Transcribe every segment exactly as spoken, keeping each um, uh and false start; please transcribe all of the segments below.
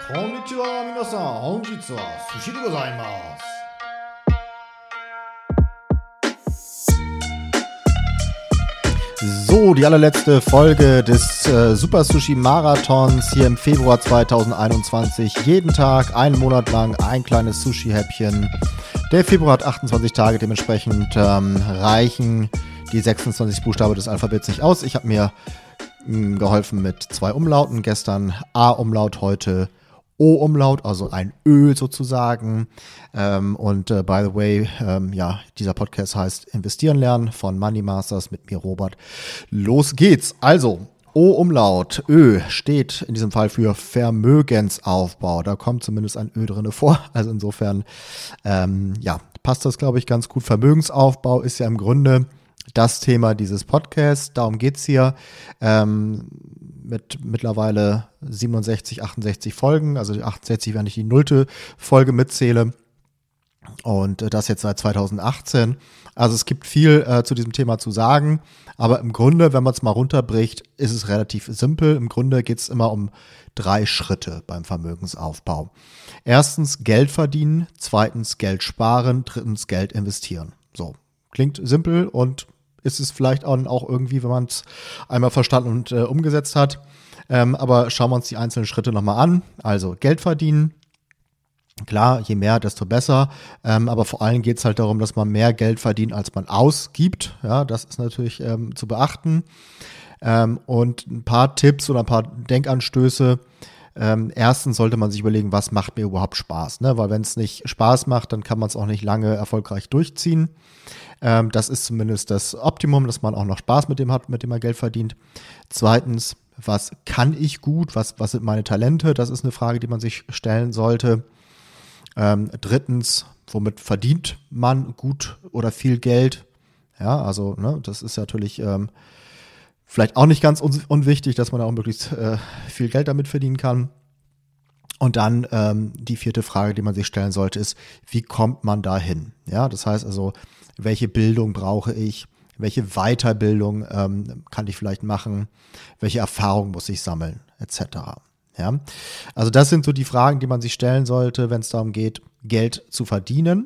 Konnichiwa, minasan. Honjitsu wa sushi de gozaimasu. So, die allerletzte Folge des äh, Super Sushi Marathons hier im Februar zweitausendeinundzwanzig. Jeden Tag, einen Monat lang, ein kleines Sushi-Häppchen. Der Februar hat achtundzwanzig Tage, dementsprechend ähm, reichen die sechsundzwanzig Buchstaben des Alphabets nicht aus. Ich habe mir mh, geholfen mit zwei Umlauten. Gestern A-Umlaut, heute O-Umlaut, also ein Ö sozusagen. Ähm, und äh, by the way, ähm, ja, dieser Podcast heißt Investieren lernen von Money Masters mit mir, Robert. Los geht's. Also, O-Umlaut, Ö steht in diesem Fall für Vermögensaufbau. Da kommt zumindest ein Ö drin vor. Also insofern, ähm, ja, passt das, glaube ich, ganz gut. Vermögensaufbau ist ja im Grunde das Thema dieses Podcasts. Darum geht's hier. Ähm, mit mittlerweile siebenundsechzig, achtundsechzig Folgen, also die achtundsechzig, wenn ich die nullte Folge mitzähle, und das jetzt seit zweitausendachtzehn. Also es gibt viel äh, zu diesem Thema zu sagen, aber im Grunde, wenn man es mal runterbricht, ist es relativ simpel. Im Grunde geht es immer um drei Schritte beim Vermögensaufbau. Erstens Geld verdienen, zweitens Geld sparen, drittens Geld investieren. So, klingt simpel und ist es vielleicht auch irgendwie, wenn man es einmal verstanden und äh, umgesetzt hat. Ähm, aber schauen wir uns die einzelnen Schritte nochmal an. Also Geld verdienen. Klar, je mehr, desto besser. Ähm, aber vor allem geht es halt darum, dass man mehr Geld verdient, als man ausgibt. Ja, das ist natürlich ähm, zu beachten. Ähm, und ein paar Tipps oder ein paar Denkanstöße. Ähm, erstens sollte man sich überlegen, was macht mir überhaupt Spaß, ne? Weil wenn es nicht Spaß macht, dann kann man es auch nicht lange erfolgreich durchziehen. Ähm, das ist zumindest das Optimum, dass man auch noch Spaß mit dem hat, mit dem man Geld verdient. Zweitens, was kann ich gut? Was, was sind meine Talente? Das ist eine Frage, die man sich stellen sollte. Ähm, drittens, womit verdient man gut oder viel Geld? Ja, also ne, das ist natürlich ähm, vielleicht auch nicht ganz un- unwichtig, dass man auch möglichst äh, viel Geld damit verdienen kann. Und dann ähm, die vierte Frage, die man sich stellen sollte, ist, wie kommt man dahin? Ja, das heißt also, welche Bildung brauche ich? Welche Weiterbildung ähm, kann ich vielleicht machen? Welche Erfahrung muss ich sammeln? Etc. Ja, also das sind so die Fragen, die man sich stellen sollte, wenn es darum geht, Geld zu verdienen.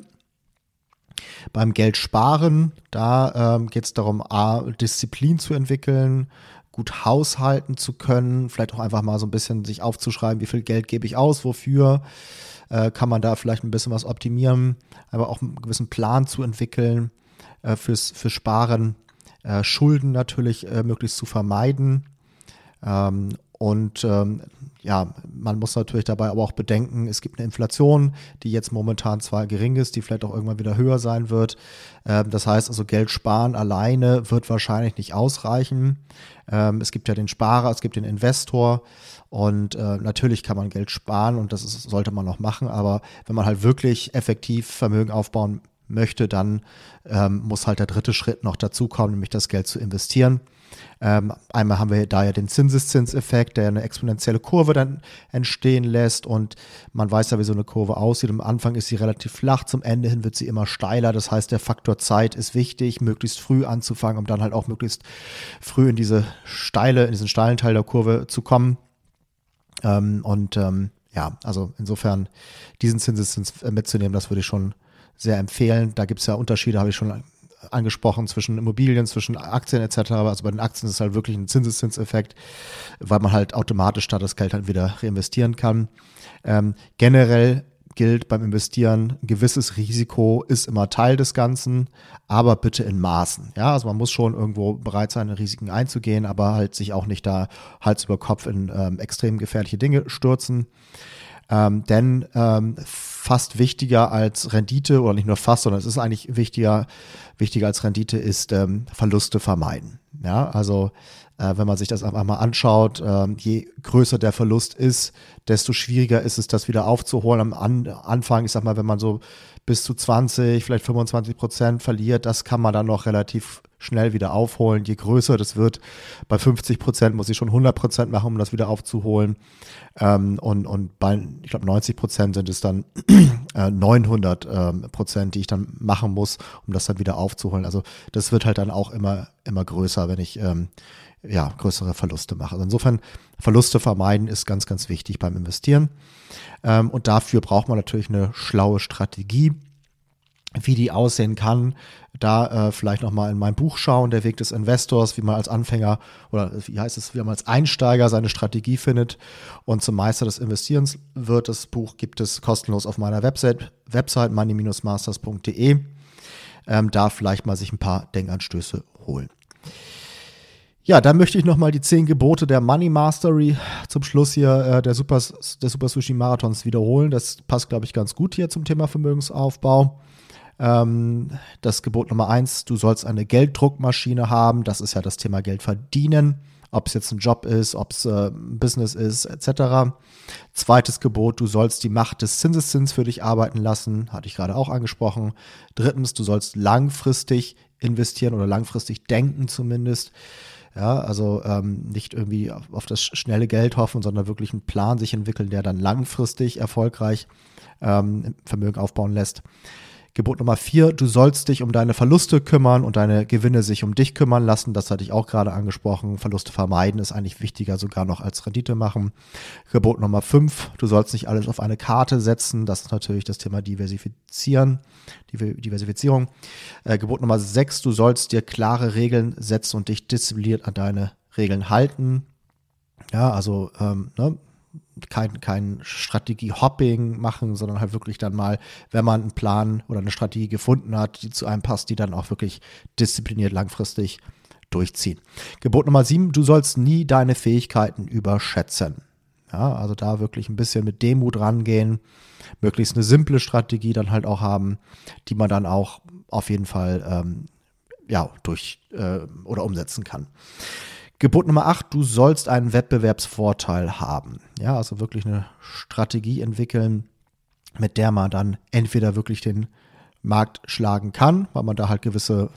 Beim Geld sparen, da ähm, geht es darum, A, Disziplin zu entwickeln, gut haushalten zu können, vielleicht auch einfach mal so ein bisschen sich aufzuschreiben, wie viel Geld gebe ich aus, wofür, äh, kann man da vielleicht ein bisschen was optimieren, aber auch einen gewissen Plan zu entwickeln äh, fürs, fürs Sparen, äh, Schulden natürlich äh, möglichst zu vermeiden. Ähm, und ähm, ja, man muss natürlich dabei aber auch bedenken, es gibt eine Inflation, die jetzt momentan zwar gering ist, die vielleicht auch irgendwann wieder höher sein wird. Ähm, das heißt also, Geld sparen alleine wird wahrscheinlich nicht ausreichen. Ähm, es gibt ja den Sparer, es gibt den Investor und äh, natürlich kann man Geld sparen und das ist, sollte man noch machen, aber wenn man halt wirklich effektiv Vermögen aufbauen möchte, dann ähm, muss halt der dritte Schritt noch dazukommen, nämlich das Geld zu investieren. Ähm, einmal haben wir da ja den Zinseszinseffekt, der eine exponentielle Kurve dann entstehen lässt und man weiß ja, wie so eine Kurve aussieht. Am Anfang ist sie relativ flach, zum Ende hin wird sie immer steiler. Das heißt, der Faktor Zeit ist wichtig, möglichst früh anzufangen, um dann halt auch möglichst früh in diese steile, in diesen steilen Teil der Kurve zu kommen. Ähm, und ähm, ja, also insofern diesen Zinseszins mitzunehmen, das würde ich schon sehr empfehlen. Da gibt es ja Unterschiede, habe ich schon angesprochen, zwischen Immobilien, zwischen Aktien et cetera. Also bei den Aktien ist es halt wirklich ein Zinseszinseffekt, weil man halt automatisch da das Geld halt wieder reinvestieren kann. Ähm, generell gilt beim Investieren, ein gewisses Risiko ist immer Teil des Ganzen, aber bitte in Maßen. Ja, also man muss schon irgendwo bereit sein, Risiken einzugehen, aber halt sich auch nicht da Hals über Kopf in ähm, extrem gefährliche Dinge stürzen. Ähm, denn ähm, fast wichtiger als Rendite, oder nicht nur fast, sondern es ist eigentlich wichtiger, wichtiger als Rendite ist ähm, Verluste vermeiden. Ja, also äh, wenn man sich das einfach mal anschaut, ähm, je größer der Verlust ist, desto schwieriger ist es, das wieder aufzuholen. Am An- Anfang, ich sag mal, wenn man so bis zu zwanzig, vielleicht fünfundzwanzig Prozent verliert, das kann man dann noch relativ schnell wieder aufholen. Je größer das wird, bei fünfzig Prozent muss ich schon hundert Prozent machen, um das wieder aufzuholen. Ähm, und, und bei, ich glaube, neunzig Prozent sind es dann äh, neunhundert Prozent, die ich dann machen muss, um das dann wieder aufzuholen. Also das wird halt dann auch immer, immer größer, wenn ich ähm, ja, größere Verluste mache. Also insofern Verluste vermeiden ist ganz, ganz wichtig beim Investieren. Ähm, und dafür braucht man natürlich eine schlaue Strategie. Wie die aussehen kann, da äh, vielleicht nochmal in mein Buch schauen, Der Weg des Investors, wie man als Anfänger oder wie heißt es, wie man als Einsteiger seine Strategie findet und zum Meister des Investierens wird. Das Buch gibt es kostenlos auf meiner Website, Website money dash masters punkt de. Ähm, da vielleicht mal sich ein paar Denkanstöße holen. Ja, dann möchte ich nochmal die zehn Gebote der Money Mastery zum Schluss hier äh, der, Super, der Super Sushi Marathons wiederholen. Das passt, glaube ich, ganz gut hier zum Thema Vermögensaufbau. Das Gebot Nummer eins, du sollst eine Gelddruckmaschine haben. Das ist ja das Thema Geld verdienen, ob es jetzt ein Job ist, ob es äh, ein Business ist, et cetera. Zweites Gebot, du sollst die Macht des Zinseszins für dich arbeiten lassen, hatte ich gerade auch angesprochen. Drittens, du sollst langfristig investieren oder langfristig denken zumindest. Ja, also ähm, nicht irgendwie auf, auf das schnelle Geld hoffen, sondern wirklich einen Plan sich entwickeln, der dann langfristig erfolgreich ähm, Vermögen aufbauen lässt. Gebot Nummer vier, du sollst dich um deine Verluste kümmern und deine Gewinne sich um dich kümmern lassen. Das hatte ich auch gerade angesprochen. Verluste vermeiden ist eigentlich wichtiger sogar noch als Rendite machen. Gebot Nummer fünf, du sollst nicht alles auf eine Karte setzen. Das ist natürlich das Thema Diversifizieren, Diversifizierung. Äh, Gebot Nummer sechs, du sollst dir klare Regeln setzen und dich diszipliniert an deine Regeln halten. Ja, also ähm, ne? kein, kein Strategie-Hopping machen, sondern halt wirklich dann mal, wenn man einen Plan oder eine Strategie gefunden hat, die zu einem passt, die dann auch wirklich diszipliniert langfristig durchziehen. Gebot Nummer sieben, du sollst nie deine Fähigkeiten überschätzen. Ja, also da wirklich ein bisschen mit Demut rangehen, möglichst eine simple Strategie dann halt auch haben, die man dann auch auf jeden Fall ähm, ja, durch äh, oder umsetzen kann. Gebot Nummer acht, du sollst einen Wettbewerbsvorteil haben. Ja, also wirklich eine Strategie entwickeln, mit der man dann entweder wirklich den Markt schlagen kann, weil man da halt gewisse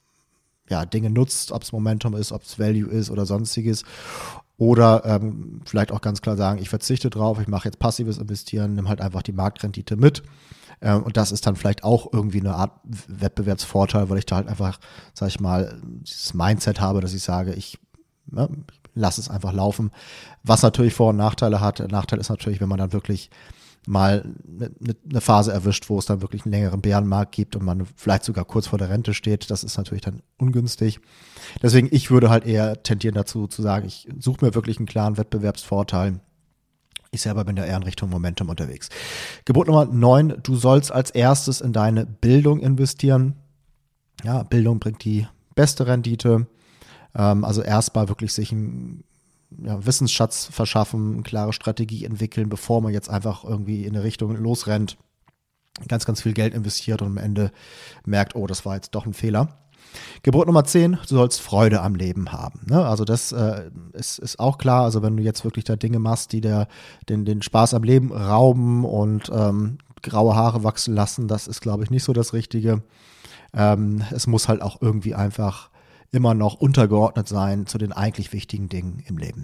ja, Dinge nutzt, ob es Momentum ist, ob es Value ist oder sonstiges. Oder ähm, vielleicht auch ganz klar sagen, ich verzichte drauf, ich mache jetzt passives Investieren, nimm halt einfach die Marktrendite mit. Ähm, und das ist dann vielleicht auch irgendwie eine Art Wettbewerbsvorteil, weil ich da halt einfach, sag ich mal, dieses Mindset habe, dass ich sage, ich Ja, lass es einfach laufen, was natürlich Vor- und Nachteile hat. Der Nachteil ist natürlich, wenn man dann wirklich mal eine ne Phase erwischt, wo es dann wirklich einen längeren Bärenmarkt gibt und man vielleicht sogar kurz vor der Rente steht. Das ist natürlich dann ungünstig. Deswegen, ich würde halt eher tendieren dazu zu sagen, ich suche mir wirklich einen klaren Wettbewerbsvorteil. Ich selber bin ja eher in Richtung Momentum unterwegs. Gebot Nummer neun, du sollst als erstes in deine Bildung investieren. Ja, Bildung bringt die beste Rendite. Also erstmal wirklich sich einen ja, Wissensschatz verschaffen, eine klare Strategie entwickeln, bevor man jetzt einfach irgendwie in eine Richtung losrennt, ganz, ganz viel Geld investiert und am Ende merkt, oh, das war jetzt doch ein Fehler. Gebot Nummer zehn, du sollst Freude am Leben haben. Ne? Also das äh, ist, ist auch klar, also wenn du jetzt wirklich da Dinge machst, die der, den, den Spaß am Leben rauben und ähm, graue Haare wachsen lassen, das ist, glaube ich, nicht so das Richtige. Ähm, es muss halt auch irgendwie einfach immer noch untergeordnet sein zu den eigentlich wichtigen Dingen im Leben.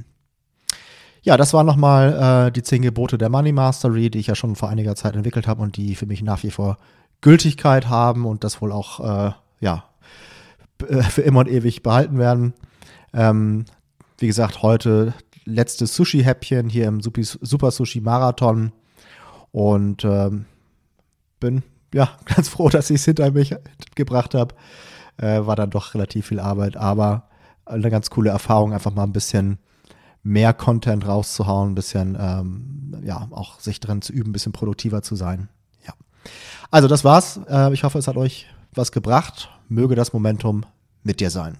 Ja, das waren nochmal äh, die zehn Gebote der Money Mastery, die ich ja schon vor einiger Zeit entwickelt habe und die für mich nach wie vor Gültigkeit haben und das wohl auch äh, ja, für immer und ewig behalten werden. Ähm, wie gesagt, heute letztes Sushi-Häppchen hier im Super Sushi Marathon und ähm, bin ja ganz froh, dass ich es hinter mich gebracht habe. Äh, war dann doch relativ viel Arbeit, aber eine ganz coole Erfahrung, einfach mal ein bisschen mehr Content rauszuhauen, ein bisschen, ähm, ja, auch sich drin zu üben, ein bisschen produktiver zu sein. Ja. Also das war's. Äh, ich hoffe, es hat euch was gebracht. Möge das Momentum mit dir sein.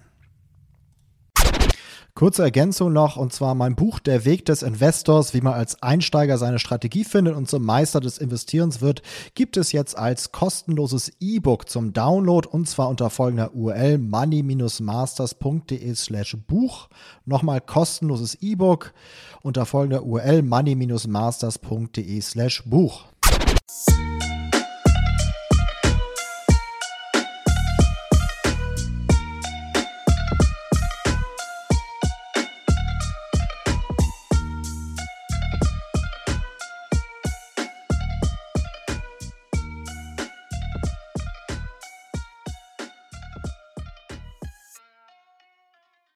Kurze Ergänzung noch, und zwar mein Buch Der Weg des Investors, wie man als Einsteiger seine Strategie findet und zum Meister des Investierens wird, gibt es jetzt als kostenloses E-Book zum Download und zwar unter folgender U R L money dash masters punkt de slash Buch. Nochmal kostenloses E-Book unter folgender U R L money dash masters punkt de slash Buch.